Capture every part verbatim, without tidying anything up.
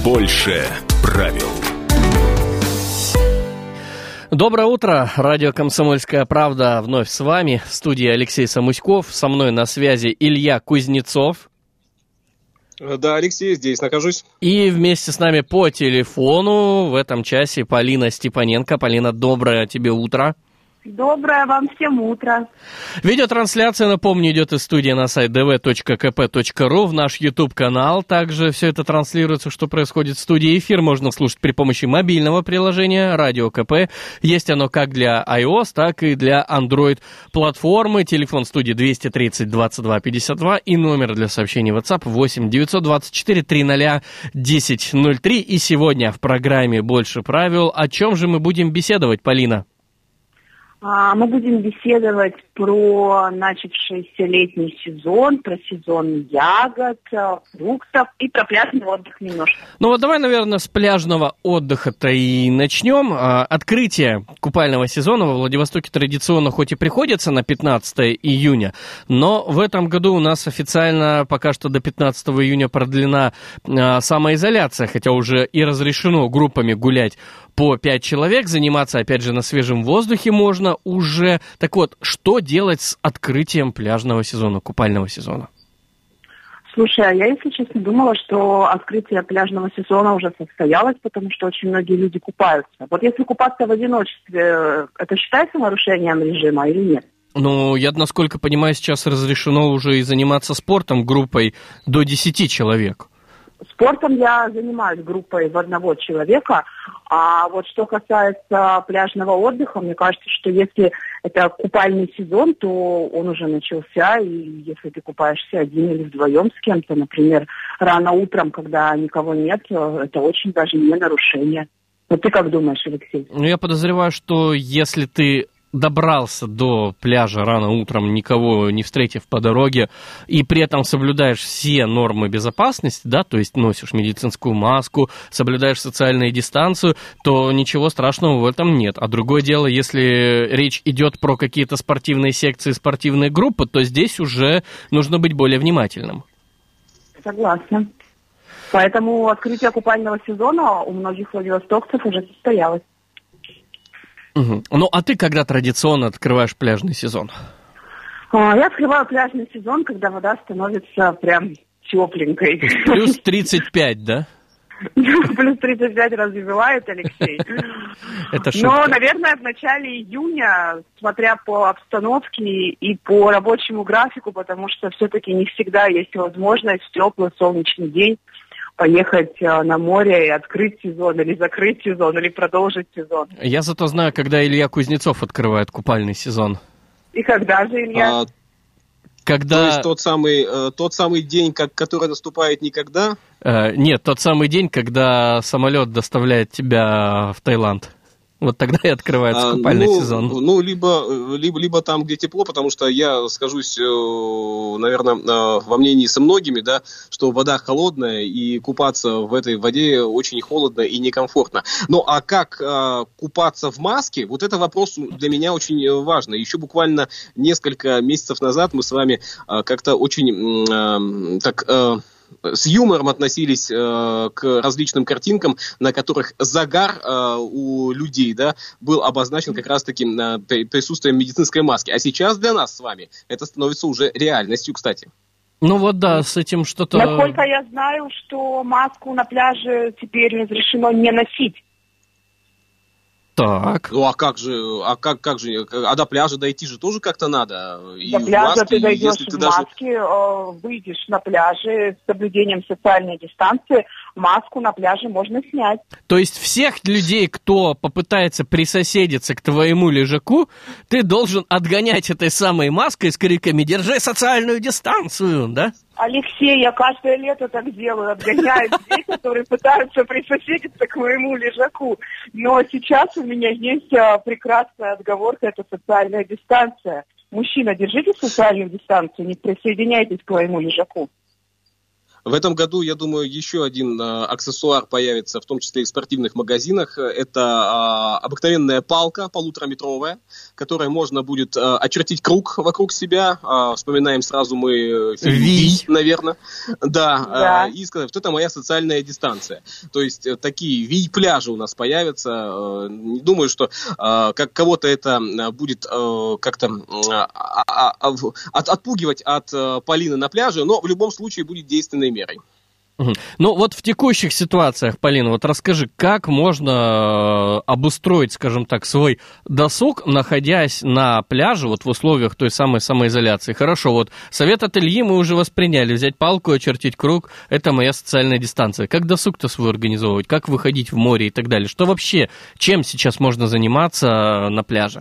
Больше правил. Доброе утро. Радио «Комсомольская правда» вновь с вами. В студии Алексей Самуськов. Со мной на связи Илья Кузнецов. Да, Алексей, здесь нахожусь. И вместе с нами по телефону в этом часе Полина Степаненко. Полина, доброе тебе утро. Доброе вам всем утро. Видеотрансляция, напомню, идет из студии на сайт ди ви точка кей пи точка ру, в наш YouTube-канал. Также все это транслируется, что происходит в студии. Эфир можно слушать при помощи мобильного приложения «Радио КП». Есть оно как для iOS, так и для Android-платформы. Телефон студии двести тридцать двадцать два пятьдесят два и номер для сообщений WhatsApp восемь девятьсот двадцать четыре триста десять ноль три. И сегодня в программе «Больше правил». О чем же мы будем беседовать, Полина? Мы будем беседовать про начавшийся летний сезон, про сезон ягод, фруктов и про пляжный отдых немножко. Ну вот давай, наверное, с пляжного отдыха-то и начнем. Открытие купального сезона во Владивостоке традиционно хоть и приходится на пятнадцатое июня, но в этом году у нас официально пока что до пятнадцатого июня продлена самоизоляция, хотя уже и разрешено группами гулять по пять человек, заниматься, опять же, на свежем воздухе можно уже. Так вот, что делать с открытием пляжного сезона, купального сезона? Слушай, а я, если честно, думала, что открытие пляжного сезона уже состоялось, потому что очень многие люди купаются. Вот если купаться в одиночестве, это считается нарушением режима или нет? Ну, я, насколько понимаю, сейчас разрешено уже и заниматься спортом группой до десяти человек. Спортом я занимаюсь группой в одного человека, а вот что касается пляжного отдыха, мне кажется, что если это купальный сезон, то он уже начался, и если ты купаешься один или вдвоем с кем-то, например, рано утром, когда никого нет, это очень даже не нарушение. Вот ты как думаешь, Алексей? Ну, я подозреваю, что если ты добрался до пляжа рано утром, никого не встретив по дороге, и при этом соблюдаешь все нормы безопасности, да, то есть носишь медицинскую маску, соблюдаешь социальную дистанцию, то ничего страшного в этом нет. А другое дело, если речь идет про какие-то спортивные секции, спортивные группы, то здесь уже нужно быть более внимательным. Согласна. Поэтому открытие купального сезона у многих владивостокцев уже состоялось. Угу. Ну, а ты когда традиционно открываешь пляжный сезон? Я открываю пляжный сезон, когда вода становится прям тепленькой. Плюс тридцать пять, да? Плюс тридцать пять разве бывает, Алексей? Это шутка. Но, наверное, в начале июня, смотря по обстановке и по рабочему графику, потому что все-таки не всегда есть возможность в теплый солнечный день поехать на море и открыть сезон, или закрыть сезон, или продолжить сезон. Я зато знаю, когда Илья Кузнецов открывает купальный сезон. И когда же, Илья? А, когда... То есть тот самый, э, тот самый день, как, который наступает никогда? Э, нет, тот самый день, когда самолет доставляет тебя в Таиланд. Вот тогда и открывается купальный а, ну, сезон. Ну, либо, либо, либо там, где тепло, потому что я скажусь, наверное, во мнении со многими, да, что вода холодная, и купаться в этой воде очень холодно и некомфортно. Ну, а как а, купаться в маске, вот это вопрос для меня очень важный. Еще буквально несколько месяцев назад мы с вами а, как-то очень а, так... А, с юмором относились э, к различным картинкам, на которых загар э, у людей, да, был обозначен как раз-таки э, присутствием медицинской маски. А сейчас для нас с вами это становится уже реальностью, кстати. Ну вот да, с этим что-то... Насколько я знаю, что маску на пляже теперь разрешено не носить. Так. Ну а как же, а как, как же, а до пляжа дойти же тоже как-то надо. И до пляжа маске, ты дойдешь если в ты даже... маске, выйдешь на пляже с соблюдением социальной дистанции, маску на пляже можно снять. То есть всех людей, кто попытается присоседиться к твоему лежаку, ты должен отгонять этой самой маской с криками «Держи социальную дистанцию», да? Алексей, я каждое лето так делаю, отгоняю людей, которые пытаются присоседиться к моему лежаку. Но сейчас у меня есть прекрасная отговорка, это социальная дистанция. Мужчина, держите социальную дистанцию, не присоединяйтесь к моему лежаку. В этом году, я думаю, еще один э, аксессуар появится, в том числе и в спортивных магазинах. Это э, обыкновенная палка полутораметровая, которой можно будет э, очертить круг вокруг себя. Э, вспоминаем сразу мы фильм «Вий», наверное. Да, да. Э, и сказать, что это моя социальная дистанция. То есть э, такие Вий-пляжи у нас появятся. Э, не думаю, что э, как кого-то это будет э, как-то э, а, а, от, отпугивать от э, Полины на пляже, но в любом случае будет действенной мерой. Угу. Ну вот в текущих ситуациях, Полина, вот расскажи, как можно обустроить, скажем так, свой досуг, находясь на пляже, вот в условиях той самой самоизоляции. Хорошо, вот совет от Ильи мы уже восприняли, взять палку, очертить круг, это моя социальная дистанция. Как досуг-то свой организовывать, как выходить в море и так далее? Что вообще, чем сейчас можно заниматься на пляже?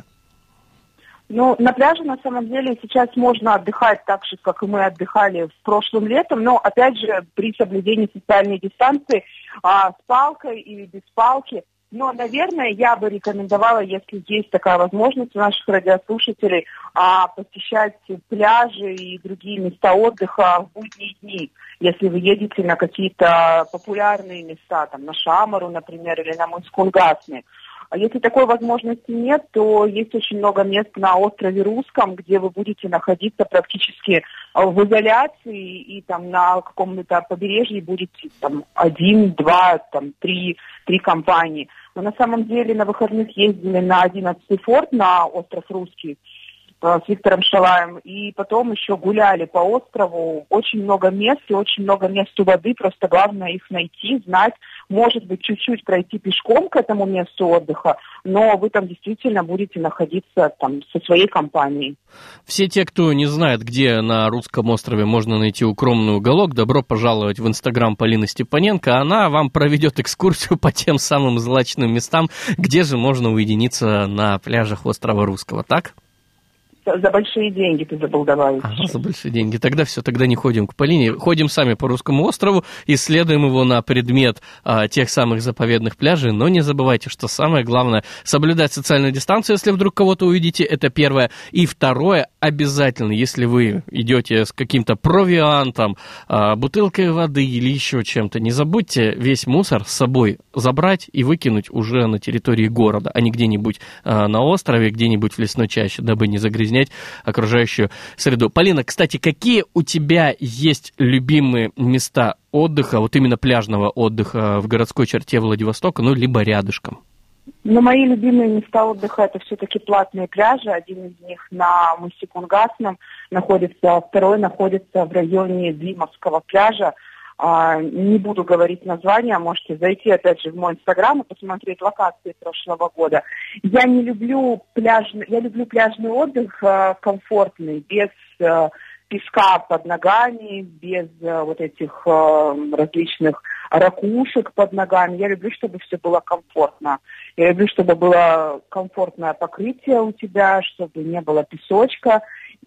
Ну, на пляже, на самом деле, сейчас можно отдыхать так же, как и мы отдыхали в прошлом летом, но, опять же, при соблюдении социальной дистанции, а, с палкой или без палки. Но, наверное, я бы рекомендовала, если есть такая возможность у наших радиослушателей, а, посещать пляжи и другие места отдыха в будние дни. Если вы едете на какие-то популярные места, там, на Шамару, например, или на Муйскунгасне. А если такой возможности нет, то есть очень много мест на острове Русском, где вы будете находиться практически в изоляции и там на каком-то побережье будете там один, два, там три, три компании. Но на самом деле на выходных ездили на одиннадцатый форт, на остров Русский, с Виктором Шалаем, и потом еще гуляли по острову. Очень много мест и очень много мест у воды, просто главное их найти, знать, может быть, чуть-чуть пройти пешком к этому месту отдыха, но вы там действительно будете находиться там со своей компанией. Все те, кто не знает, где на Русском острове можно найти укромный уголок, добро пожаловать в Инстаграм Полины Степаненко. Она вам проведет экскурсию по тем самым злачным местам, где же можно уединиться на пляжах острова Русского, так? За большие деньги ты забыл добавить. Ага, за большие деньги. Тогда все, тогда не ходим к Полине. Ходим сами по Русскому острову, исследуем его на предмет а, тех самых заповедных пляжей. Но не забывайте, что самое главное — соблюдать социальную дистанцию, если вдруг кого-то увидите. Это первое. И второе, обязательно, если вы идете с каким-то провиантом, а, бутылкой воды или еще чем-то, не забудьте весь мусор с собой забрать и выкинуть уже на территории города, а не где-нибудь а, на острове, где-нибудь в лесной чаще, дабы не загрязнять окружающую среду. Полина, кстати, какие у тебя есть любимые места отдыха, вот именно пляжного отдыха в городской черте Владивостока, ну, либо рядышком? Ну, мои любимые места отдыха — это все-таки платные пляжи. Один из них на Муйскунгасном находится, второй находится в районе Димовского пляжа. А, не буду говорить название, можете зайти опять же в мой инстаграм и посмотреть локации прошлого года. Я не люблю пляжный, я люблю пляжный отдых а, комфортный, без а, песка под ногами, без а, вот этих а, различных ракушек под ногами. Я люблю, чтобы все было комфортно. Я люблю, чтобы было комфортное покрытие у тебя, чтобы не было песочка.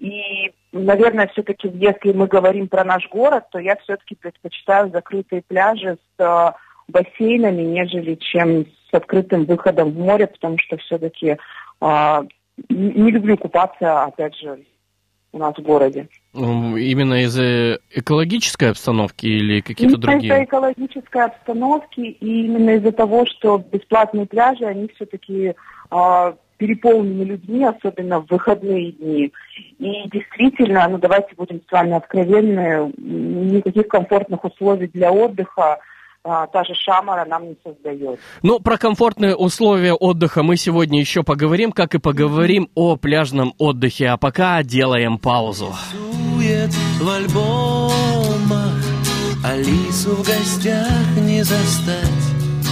И, наверное, все-таки, если мы говорим про наш город, то я все-таки предпочитаю закрытые пляжи с э, бассейнами, нежели чем с открытым выходом в море, потому что все-таки э, не люблю купаться, опять же, у нас в городе. Именно из-за экологической обстановки или какие-то именно другие? Из-за экологической обстановки и именно из-за того, что бесплатные пляжи, они все-таки э, переполнены людьми, особенно в выходные дни. И действительно, ну давайте будем с вами откровенны, никаких комфортных условий для отдыха а, та же Шамара нам не создает. Ну, про комфортные условия отдыха мы сегодня еще поговорим, как и поговорим о пляжном отдыхе. А пока делаем паузу. В альбомах Алису в гостях не застать.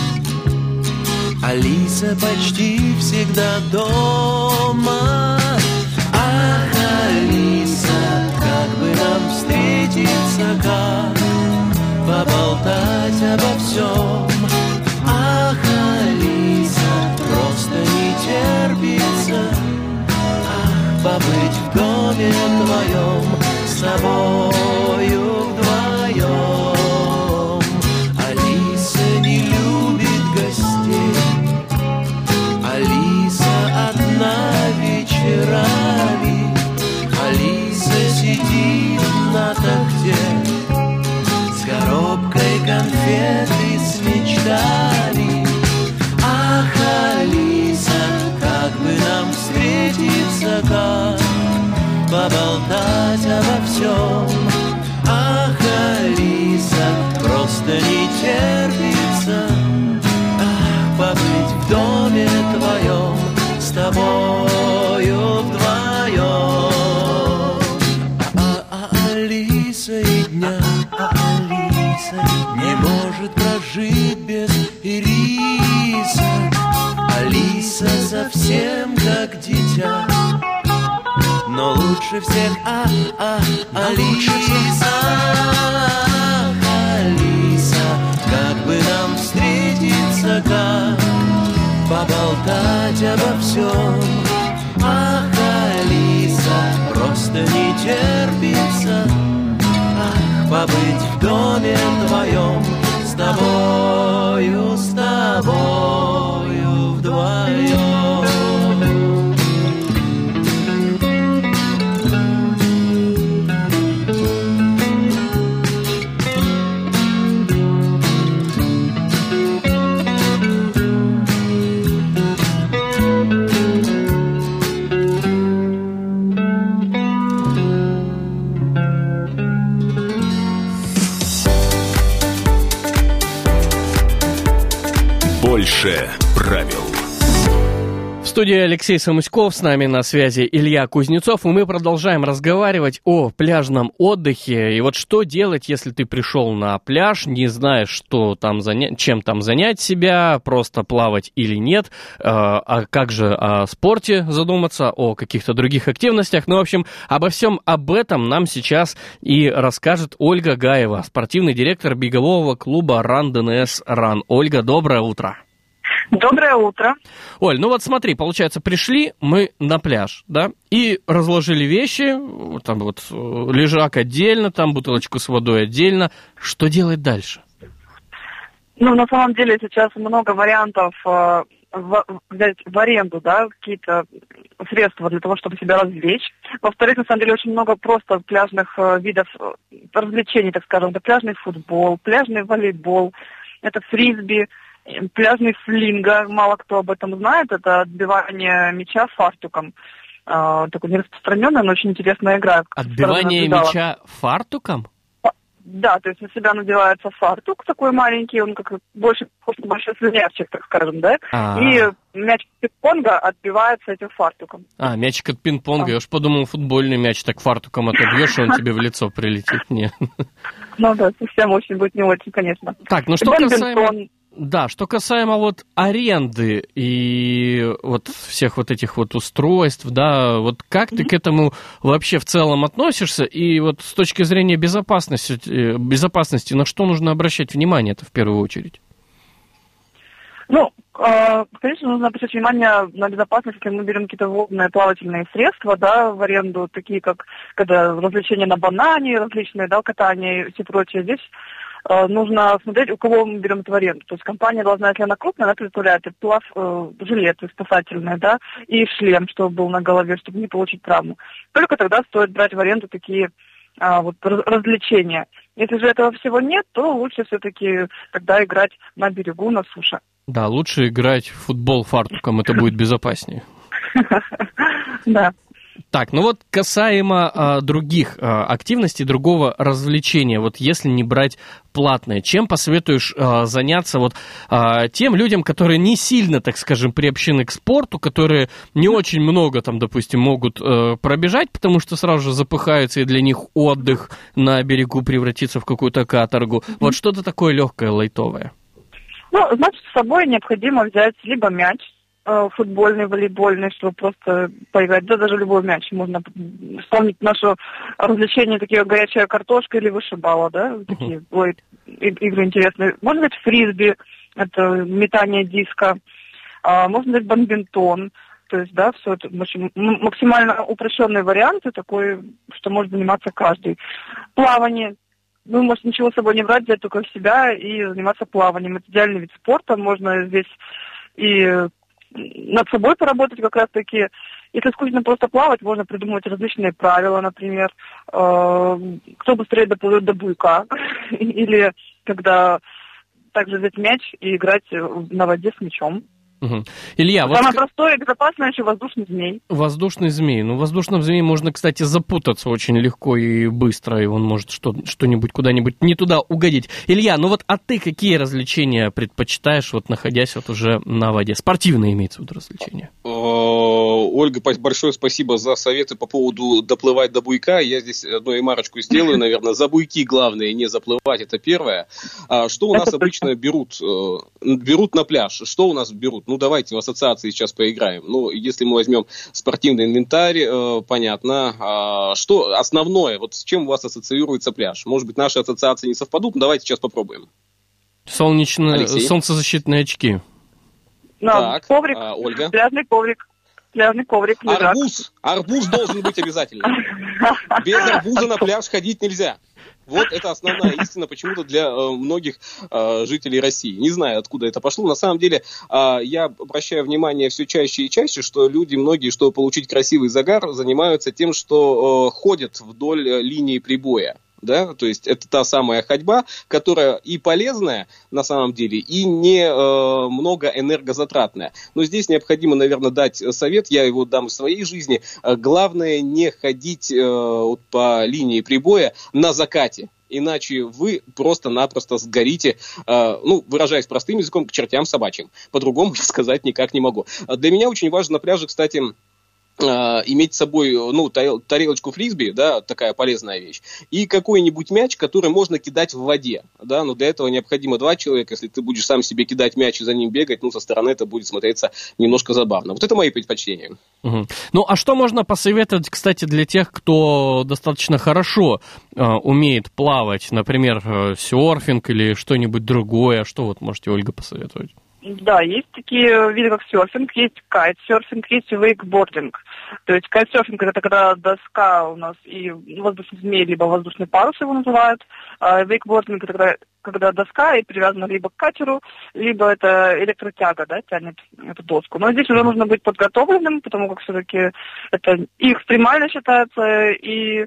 Алиса почти всегда дома. Ах, Алиса, как бы нам встретиться, как поболтать обо всем. Ах, Алиса, просто не терпится, ах, побыть в доме твоем с тобою вдвоем. Алиса не любит гостей, Алиса одна вечерами, Алиса сидит на тахте, сгорает поболтать обо всем. Ах, Алиса, просто не терпится, ах, побыть в доме твоем с тобою вдвоем. А, а Алиса и дня, а Алиса не может прожить без ириса. Алиса совсем как дитя, но лучше всех, а, а, Алиса, Алиса, как бы нам встретиться, как поболтать обо всем. Ах, Алиса, просто не терпится, ах, побыть в доме твоем с тобою, с тобою вдвоем. Больше правил. В студии Алексей Самуськов, с нами на связи Илья Кузнецов, и мы продолжаем разговаривать о пляжном отдыхе. И вот что делать, если ты пришел на пляж, не знаешь, что там занять, чем там занять себя, просто плавать или нет, а как же о спорте задуматься, о каких-то других активностях. Ну, в общем, обо всем об этом нам сейчас и расскажет Ольга Гаева, спортивный директор бегового клуба Run ди эн эс Run. Ольга, доброе утро. Доброе утро. Оль, ну вот смотри, получается, пришли мы на пляж, да, и разложили вещи, там вот лежак отдельно, там бутылочку с водой отдельно. Что делать дальше? Ну, на самом деле сейчас много вариантов э, в, взять в аренду, да, какие-то средства для того, чтобы себя развлечь. Во-вторых, на самом деле очень много просто пляжных э, видов развлечений, так скажем. Это пляжный футбол, пляжный волейбол, это фрисби, пляжный флинго, мало кто об этом знает, это отбивание мяча фартуком. Э, такой нераспространенная, но очень интересная игра. Отбивание мяча фартуком? Да, то есть на себя надевается фартук такой маленький, он как больше похож на большой слюнявчик, так скажем, да? А-а-а. И мяч пинг-понга отбивается этим фартуком. А, мячик от пинг-понга. А. Я уж подумал, футбольный мяч так фартуком отобьешь, и он тебе в лицо прилетит. Нет. Ну да, совсем очень будет не очень, конечно. Так, ну что касаемо... Да, что касаемо вот аренды и вот всех вот этих вот устройств, да, вот как ты к этому вообще в целом относишься? И вот с точки зрения безопасности, безопасности, на что нужно обращать внимание-то в первую очередь? Ну, конечно, нужно обращать внимание на безопасность, если мы берем какие-то водные плавательные средства, да, в аренду, такие как когда развлечения на банане, различные, да, катания и все прочее. Здесь нужно смотреть, у кого мы берем это в аренду. То есть компания должна, если она крупная, она предоставляет и плав, э, жилеты спасательные, да, и шлем, чтобы был на голове, чтобы не получить травму. Только тогда стоит брать в аренду такие а, вот развлечения. Если же этого всего нет, то лучше все-таки тогда играть на берегу, на суше. Да, лучше играть в футбол фартуком, это будет безопаснее. Да. Так, ну вот касаемо а, других а, активностей, другого развлечения, вот если не брать платное, чем посоветуешь а, заняться вот а, тем людям, которые не сильно, так скажем, приобщены к спорту, которые не очень много там, допустим, могут а, пробежать, потому что сразу же запыхаются, и для них отдых на берегу превратится в какую-то каторгу. Mm-hmm. Вот что-то такое легкое, лайтовое. Ну, значит, с собой необходимо взять либо мяч, футбольный, волейбольный, чтобы просто поиграть. Да, даже любой мяч. Можно вспомнить наше развлечение, такие горячая картошка или вышибала, да, такие uh-huh. игры интересные. Можно взять фрисби, это метание диска. А, можно взять бадминтон. То есть, да, все это очень, максимально упрощенные варианты, такой, что может заниматься каждый. Плавание. Вы можете ничего с собой не брать, взять только себя и заниматься плаванием. Это идеальный вид спорта. Можно здесь и над собой поработать как раз-таки. Если скучно просто плавать, можно придумывать различные правила, например, э, кто быстрее доплывет до буйка, или когда также взять мяч и играть на воде с мячом. Угу. Илья, Самое вот... простое и безопасное еще воздушный змей. Воздушный змей. Ну, в воздушном змее можно, кстати, запутаться очень легко и быстро, и он может что- что-нибудь куда-нибудь не туда угодить. Илья, ну вот, а ты какие развлечения предпочитаешь, вот находясь вот уже на воде? Спортивные имеется в виду развлечения. Ольга, большое спасибо за советы по поводу доплывать до буйка. Я здесь одну ремарочку сделаю, наверное. За буйки главное не заплывать, это первое. Что у нас обычно берут? Берут на пляж. Что у нас берут? Ну, давайте в ассоциации сейчас поиграем. Ну, если мы возьмем спортивный инвентарь, э, понятно. А, что основное, вот с чем у вас ассоциируется пляж? Может быть, наши ассоциации не совпадут, но давайте сейчас попробуем. Солнечные, солнцезащитные очки. Ну, так, коврик, а, Ольга? Пляжный коврик. Пляжный коврик, лежак. Арбуз. Арбуз должен быть обязательно. Без арбуза на пляж ходить нельзя. Вот это основная истина почему-то для э, многих э, жителей России. Не знаю, откуда это пошло. На самом деле, э, я обращаю внимание все чаще и чаще, что люди, многие, чтобы получить красивый загар, занимаются тем, что э, ходят вдоль линии прибоя. Да? То есть это та самая ходьба, которая и полезная на самом деле, и не э, много энергозатратная. Но здесь необходимо, наверное, дать совет, я его дам в своей жизни. Главное не ходить э, вот, по линии прибоя на закате. Иначе вы просто-напросто сгорите, э, ну, выражаясь простым языком, к чертям собачьим. По-другому сказать никак не могу. Для меня очень важно на пляже, кстати, иметь с собой, ну, тарелочку фрисби, да, такая полезная вещь, и какой-нибудь мяч, который можно кидать в воде, да, но для этого необходимо два человека. Если ты будешь сам себе кидать мяч и за ним бегать, ну, со стороны это будет смотреться немножко забавно. Вот это мои предпочтения. Угу. Ну, а что можно посоветовать, кстати, для тех, кто достаточно хорошо э, умеет плавать, например, э, серфинг или что-нибудь другое? Что вот можете, Ольга, посоветовать? Да, есть такие виды, как серфинг, есть кайтсерфинг, есть вейкбординг. То есть кайтсерфинг — это когда доска у нас и воздушный змей, либо воздушный парус его называют. А вейкбординг — это когда, когда доска и привязана либо к катеру, либо это электротяга, да, тянет эту доску. Но здесь уже нужно быть подготовленным, потому как все-таки это и экстремально считается, и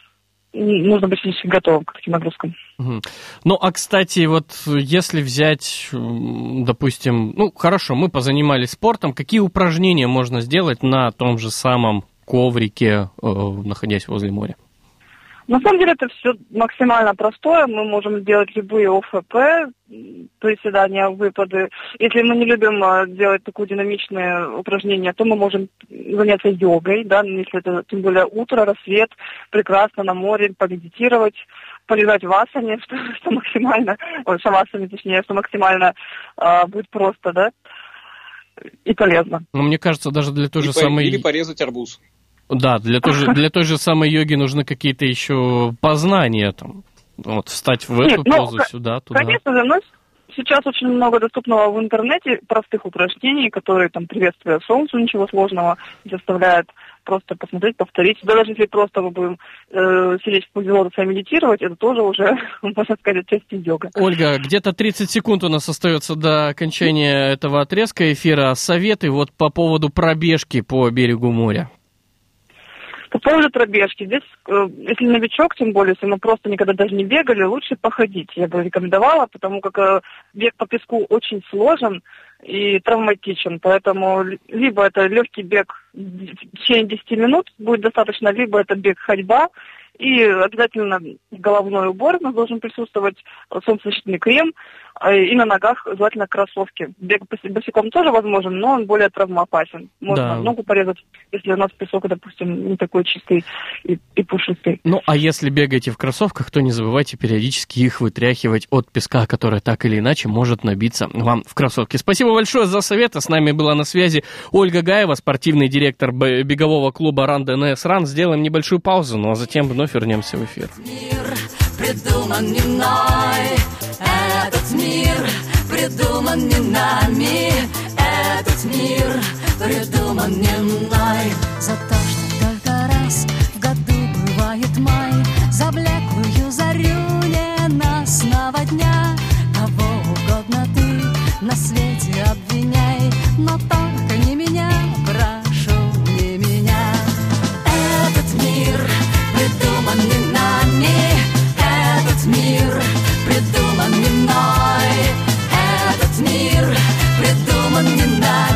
нужно быть физически готовым к таким нагрузкам. Угу. Ну, а, кстати, вот если взять, допустим, ну, хорошо, мы позанимались спортом, какие упражнения можно сделать на том же самом коврике, э, находясь возле моря? На самом деле это все максимально простое. Мы можем делать любые ОФП, приседания, выпады. Если мы не любим делать такое динамичное упражнение, то мы можем заняться йогой, да, если это тем более утро, рассвет, прекрасно на море, помедитировать, полежать в асане, что, что максимально, ой, шавасане, точнее, что максимально а, будет просто, да, и полезно. Ну, мне кажется, даже для той и же по- самой... Или порезать арбуз. Да, для той, же, для той же самой йоги нужны какие-то еще познания, там, вот, встать в эту Нет, ну, позу, к- сюда, туда. Конечно же, но сейчас очень много доступного в интернете простых упражнений, которые, там, приветствие солнцу, ничего сложного не составляет. Просто посмотреть, повторить. Да, даже если просто мы будем э, сидеть в позе лотоса и медитировать, это тоже уже, можно сказать, часть йога. Ольга, где-то тридцать секунд у нас остается до окончания этого отрезка эфира. Советы вот по поводу пробежки по берегу моря. По поводу пробежки. Здесь, если новичок, тем более, если мы просто никогда даже не бегали, лучше походить. Я бы рекомендовала, потому как бег по песку очень сложен и травматичен. Поэтому либо это легкий бег в течение десяти минут будет достаточно, либо это бег-ходьба. И обязательно головной убор у нас должен присутствовать, солнцезащитный крем, и на ногах желательно кроссовки. Бег босиком тоже возможен, но он более травмоопасен. Можно Да. ногу порезать, если у нас песок, допустим, не такой чистый и, и пушистый. Ну, а если бегаете в кроссовках, то не забывайте периодически их вытряхивать от песка, который так или иначе может набиться вам в кроссовки. Спасибо большое за советы. С нами была на связи Ольга Гаева, спортивный директор бегового клуба Run ди эн эс Run. Сделаем небольшую паузу, ну а затем вновь вернемся в эфир. Мир придуман не мной, этот мир придуман не нами, этот мир придуман не мной. За то, что только раз в году бывает май, за блеклую зарю ненастного дня. Кого угодно ты на свете обвиняй, но только не меня, прошу, не меня. Этот мир придуман не нами, этот мир придуман не мной, этот мир придуман не нами.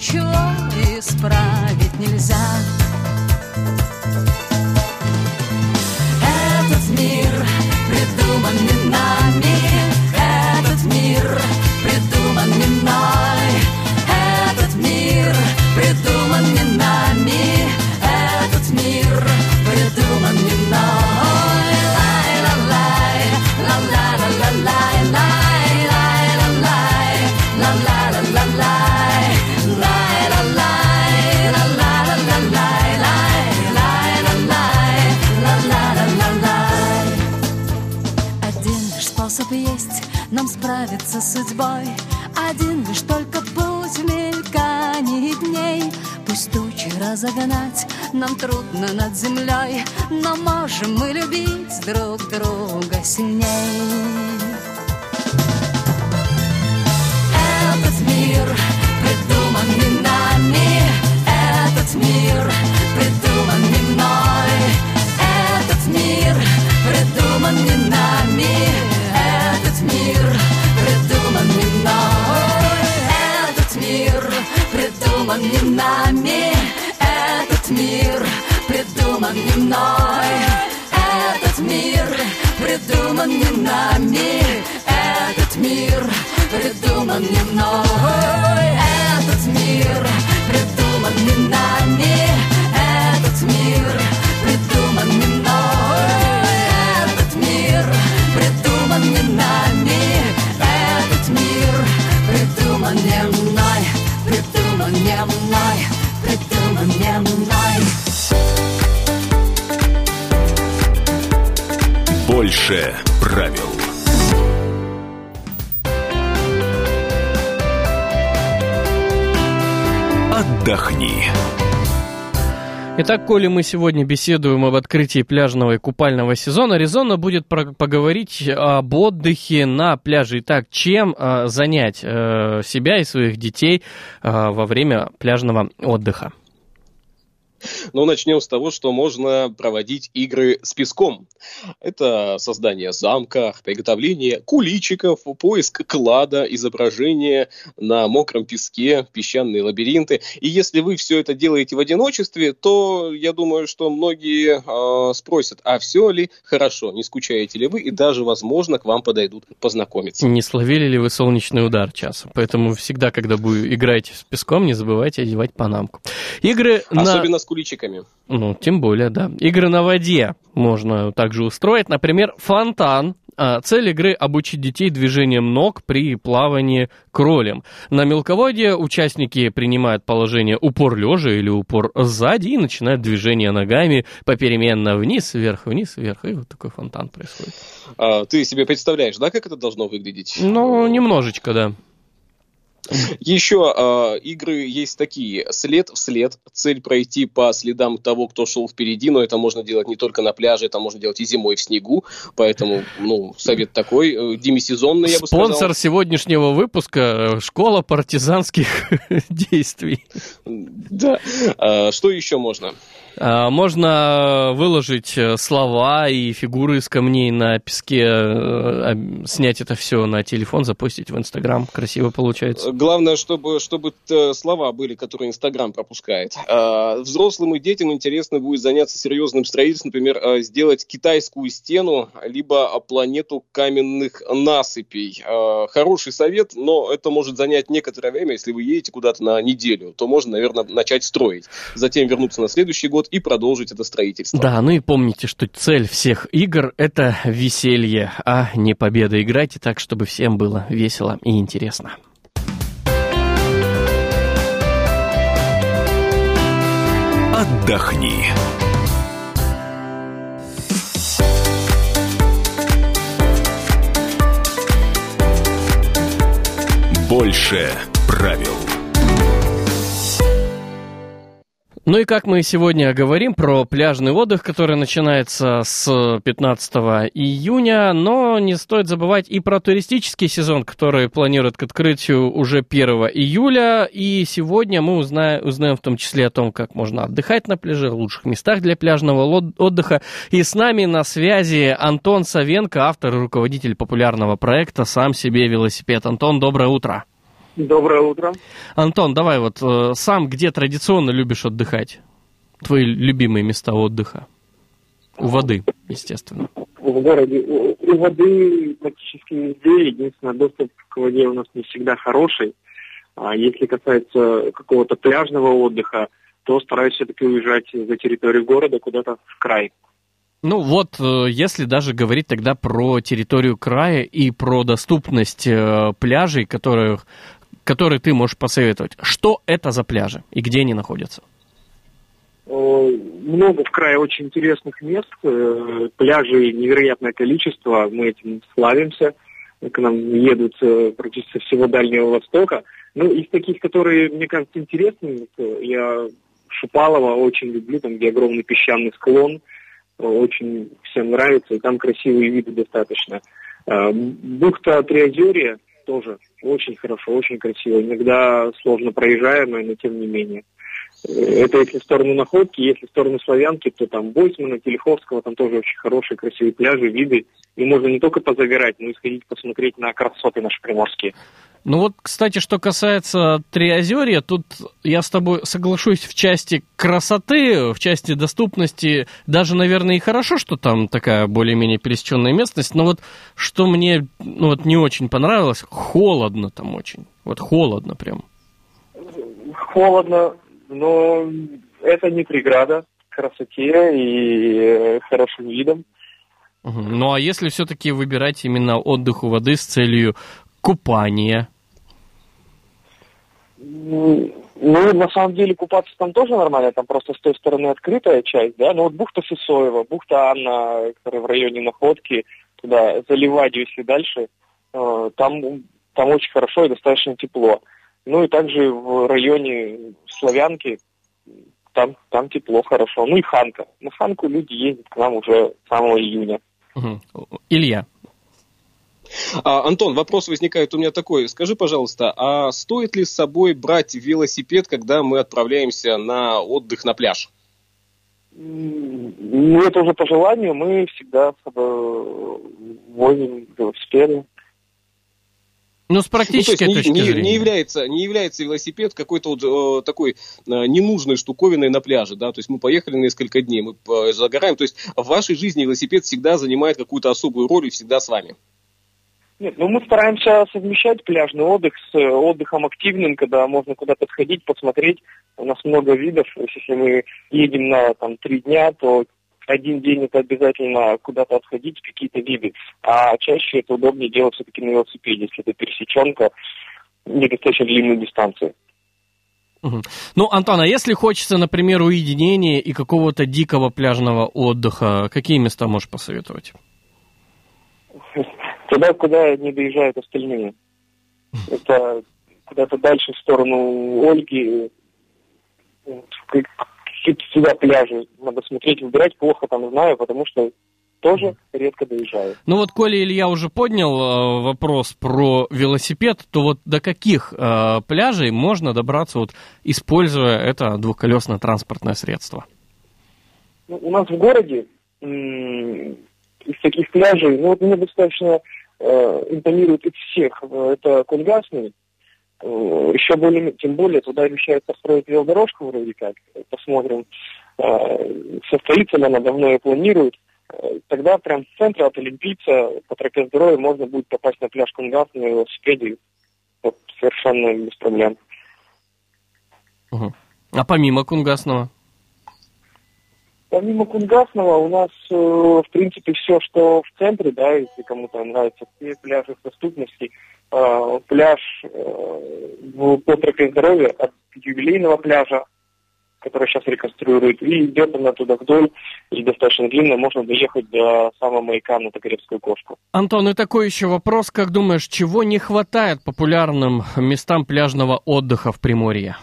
ничего исправить нельзя. Этот мир придуман не нами, этот мир придуман не мной, этот мир придуман не нами, этот мир придуман не мной. Лай-ла-лай, ла-ла-ла-ла-лай, лай-ла-лай, ла-ла-ла-ла-лай, лай-ла-лай, ла-ла-ла-ла-лай, лай-ла-лай, ла-ла-ла-ла-лай. Один лишь способ есть нам справиться с судьбой, один лишь только путь в мелькании дней. Пусть тучи разогнать нам трудно над землей, но можем мы любить друг друга сильней. Этот мир придуман не нами, этот мир придуман не мной, этот мир придуман не нами, этот мир придуман не мной, этот мир придуман не нами, этот мир придуман не мной, этот мир придуман не нами, этот мир придуман не мной, этот мир придуман не нами, этот мир придуман не мной, этот мир придуман не нами, этот мир придуман не мной, придуман не мной, придуман не мной. Больше правил. Отдохни. Итак, коли мы сегодня беседуем об открытии пляжного и купального сезона, резонно будет про- поговорить об отдыхе на пляже. Итак, чем э, занять э, себя и своих детей э, во время пляжного отдыха? Но начнем с того, что можно проводить игры с песком. Это создание замка, приготовление куличиков, поиск клада, изображение на мокром песке, песчаные лабиринты. И если вы все это делаете в одиночестве, то я думаю, что многие э, спросят, а все ли хорошо, не скучаете ли вы, и даже, возможно, к вам подойдут познакомиться. Не словили ли вы солнечный удар часом? Поэтому всегда, когда вы играете с песком, не забывайте одевать панамку. Игры Особенно на... с куличиками. Ну, тем более, да. Игры на воде можно также устроить. Например, фонтан. Цель игры – обучить детей движением ног при плавании кролем. На мелководье участники принимают положение упор лежа или упор сзади и начинают движение ногами попеременно вниз, вверх, вниз, вверх. И вот такой фонтан происходит. А, ты себе представляешь, да, как это должно выглядеть? Ну, немножечко, да. Еще э, игры есть такие. След в след. Цель пройти по следам того, кто шел впереди, но это можно делать не только на пляже, это можно делать и зимой в снегу. Поэтому, ну, совет такой, э, демисезонный, я бы сказал. Спонсор сегодняшнего выпуска – школа партизанских действий. Да. А, что еще можно? Можно выложить слова и фигуры из камней на песке, снять это все на телефон, запостить в Инстаграм. Красиво получается. Главное, чтобы, чтобы слова были, которые Инстаграм пропускает. Взрослым и детям интересно будет заняться серьезным строительством, например, сделать китайскую стену, либо планету каменных насыпей. Хороший совет, но это может занять некоторое время. Если вы едете куда-то на неделю, то можно, наверное, начать строить. Затем вернуться на следующий год и продолжить это строительство. Да, ну и помните, что цель всех игр – это веселье, а не победа. Играйте так, чтобы всем было весело и интересно. Отдохни. Больше правил. Ну и как мы сегодня говорим про пляжный отдых, который начинается с пятнадцатого июня, но не стоит забывать и про туристический сезон, который планируют к открытию уже первого июля. И сегодня мы узнаем, узнаем в том числе о том, как можно отдыхать на пляже, лучших местах для пляжного отдыха. И с нами на связи Антон Савенко, автор и руководитель популярного проекта «Сам себе велосипед». Антон, доброе утро. Доброе утро. Антон, давай вот э, сам где традиционно любишь отдыхать? Твои любимые места отдыха? У воды, естественно. В городе у, у воды практически везде. Единственное, доступ к воде у нас не всегда хороший. А если касается какого-то пляжного отдыха, то стараюсь все-таки уезжать за территорию города куда-то в край. Ну вот, если даже говорить тогда про территорию края и про доступность пляжей, которые, которые ты можешь посоветовать, что это за пляжи и где они находятся? Много в крае очень интересных мест, пляжей невероятное количество, мы этим славимся, к нам едут практически со всего Дальнего Востока. Ну, из таких, которые, мне кажется, интересными, я Шипалово очень люблю, там, где огромный песчаный склон, очень всем нравится, и там красивые виды достаточно. Бухта Приозерье тоже очень хорошо, очень красиво, иногда сложно проезжаемая, но тем не менее. Это если в сторону Находки, если в сторону Славянки, то там Бойсмана, Телеховского, там тоже очень хорошие, красивые пляжи, виды. И можно не только позагорать, но и сходить посмотреть на красоты наши приморские. Ну вот, кстати, что касается Приозерья, тут я с тобой соглашусь в части красоты, в части доступности. Даже, наверное, и хорошо, что там такая более-менее пересеченная местность, но вот что мне ну, вот не очень понравилось, холодно там очень. Вот холодно прям. Холодно. Но это не преграда к красоте и хорошим видам. Угу. Ну а если все-таки выбирать именно отдых у воды с целью купания? Ну, на самом деле купаться там тоже нормально, там просто с той стороны открытая часть, да, но вот бухта Сысоева, бухта Анна, которая в районе Находки, туда за Ливадью, если дальше, там, там очень хорошо и достаточно тепло. Ну и также в районе Славянки, там, там тепло, хорошо. Ну и Ханка. На Ханку люди ездят к нам уже с самого июня. Угу. Илья. А, Антон, вопрос возникает у меня такой. Скажи, пожалуйста, а стоит ли с собой брать велосипед, когда мы отправляемся на отдых на пляж? Ну, это уже по желанию. Мы всегда с собой возим велосипеды. Ну, с практической ну, то есть, точки не, зрения. Не является, не является велосипед какой-то вот э, такой э, ненужной штуковиной на пляже, да, то есть мы поехали на несколько дней, мы э, загораем, то есть в вашей жизни велосипед всегда занимает какую-то особую роль и всегда с вами. Нет, ну мы стараемся совмещать пляжный отдых с отдыхом активным, когда можно куда-то сходить, посмотреть, у нас много видов, если мы едем на там три дня, то один день это обязательно куда-то отходить, какие-то виды. А чаще это удобнее делать все-таки на велосипеде, если это пересеченка, недостаточно длинной дистанции. Угу. Ну, Антон, а если хочется, например, уединения и какого-то дикого пляжного отдыха, какие места можешь посоветовать? Туда, куда не доезжают остальные. Это куда-то дальше в сторону Ольги, сюда пляжи надо смотреть, выбирать, плохо там знаю, потому что тоже редко доезжаю. Ну вот, коли Илья уже поднял э, вопрос про велосипед, то вот до каких э, пляжей можно добраться, вот, используя это двухколесное транспортное средство? Ну, у нас в городе м- из таких пляжей, ну вот мне достаточно э, импонирует из всех, это Кунгасный. Еще более, тем более, туда обещают построить велодорожку вроде как. Посмотрим, состоится ли она, давно ее планируют. Тогда прям в центре от Олимпийца по тропе здоровья можно будет попасть на пляж Кунгас на велосипеде. Вот, совершенно без проблем. Угу. А помимо Кунгасного? Помимо Кунгасного у нас, в принципе, все, что в центре, да, если кому-то нравятся все пляжи с доступности, пляж по тропе здоровья от юбилейного пляжа, который сейчас реконструируют, и идет она туда вдоль, и достаточно длинно, можно доехать до самого маяка на Токаревскую кошку. Антон, и такой еще вопрос, как думаешь, чего не хватает популярным местам пляжного отдыха в Приморье?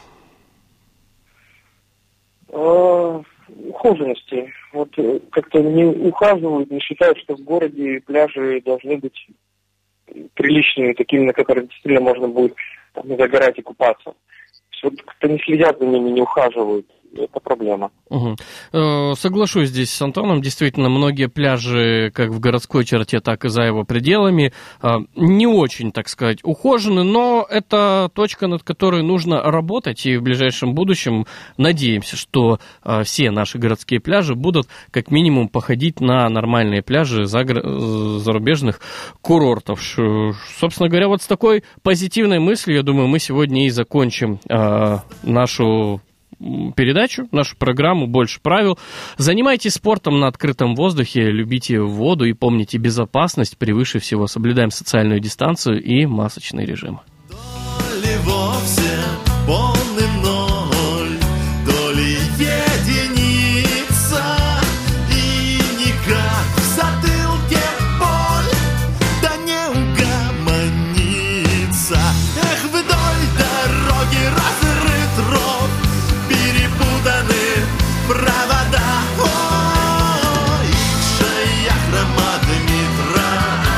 Ухоженности. Вот как-то не ухаживают, не считают, что в городе пляжи должны быть приличными, такими, на которых действительно можно будет там загорать и купаться. Вот как-то не следят за ними, не ухаживают. это проблема. Угу. Соглашусь здесь с Антоном. Действительно, многие пляжи, как в городской черте, так и за его пределами, не очень, так сказать, ухожены, но это точка, над которой нужно работать, и в ближайшем будущем надеемся, что все наши городские пляжи будут как минимум походить на нормальные пляжи зарубежных курортов. Собственно говоря, вот с такой позитивной мыслью, я думаю, мы сегодня и закончим нашу передачу, нашу программу «Больше правил». Занимайтесь спортом на открытом воздухе, любите воду и помните, безопасность превыше всего. Соблюдаем социальную дистанцию и масочный режим. То ли вовсе полный ноль, то ли единица, и никак в затылке боль, да не угомонится. Эх, вдоль дороги разрыт ров, перепутаны провода. Ой, шеях Рома Дмитра,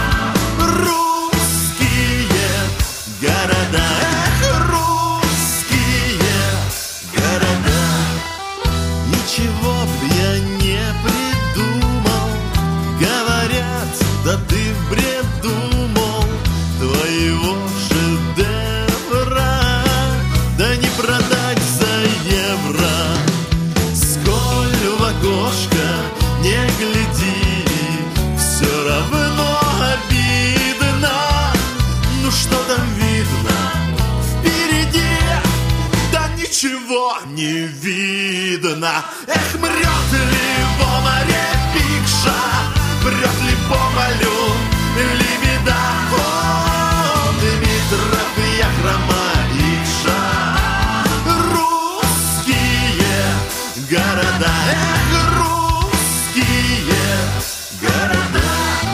русские города. Эх, русские города. Ничего б я не придумал, говорят, да ты в бреду, мол, твоего шедевра да не продать за евро. Сколь в окошко не гляди, все равно обидно. Ну что там видно впереди? Да ничего не видно. Эх, мрет ли во море пикша, врет ли по полю лебеда. О, Дмитров, я хрома икша. Русские города, эх, русские города.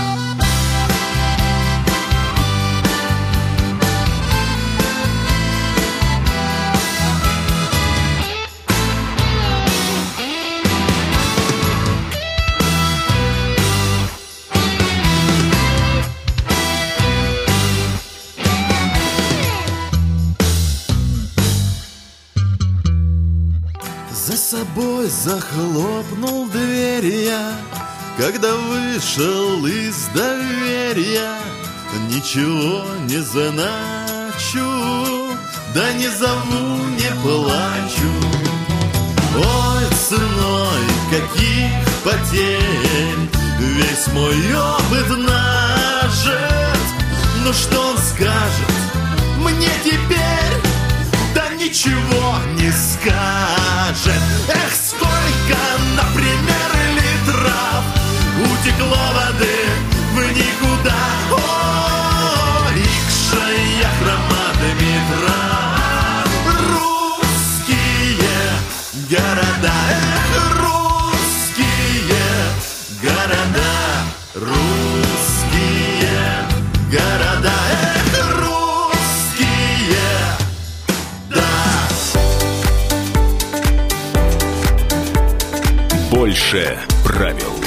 За собой захлопнул дверь я, когда вышел из доверия. Ничего не заначу, да не зову, не плачу. Ой, ценой каких потерь весь мой опыт нажит. Ну что он скажет мне теперь? Да ничего не скажет. Эх, сколько, например, литров утекло воды в никуда. О, икша, я хрома Дмитра. Русские города, эх, русские города, русские города, эх, русские, да. Больше правил.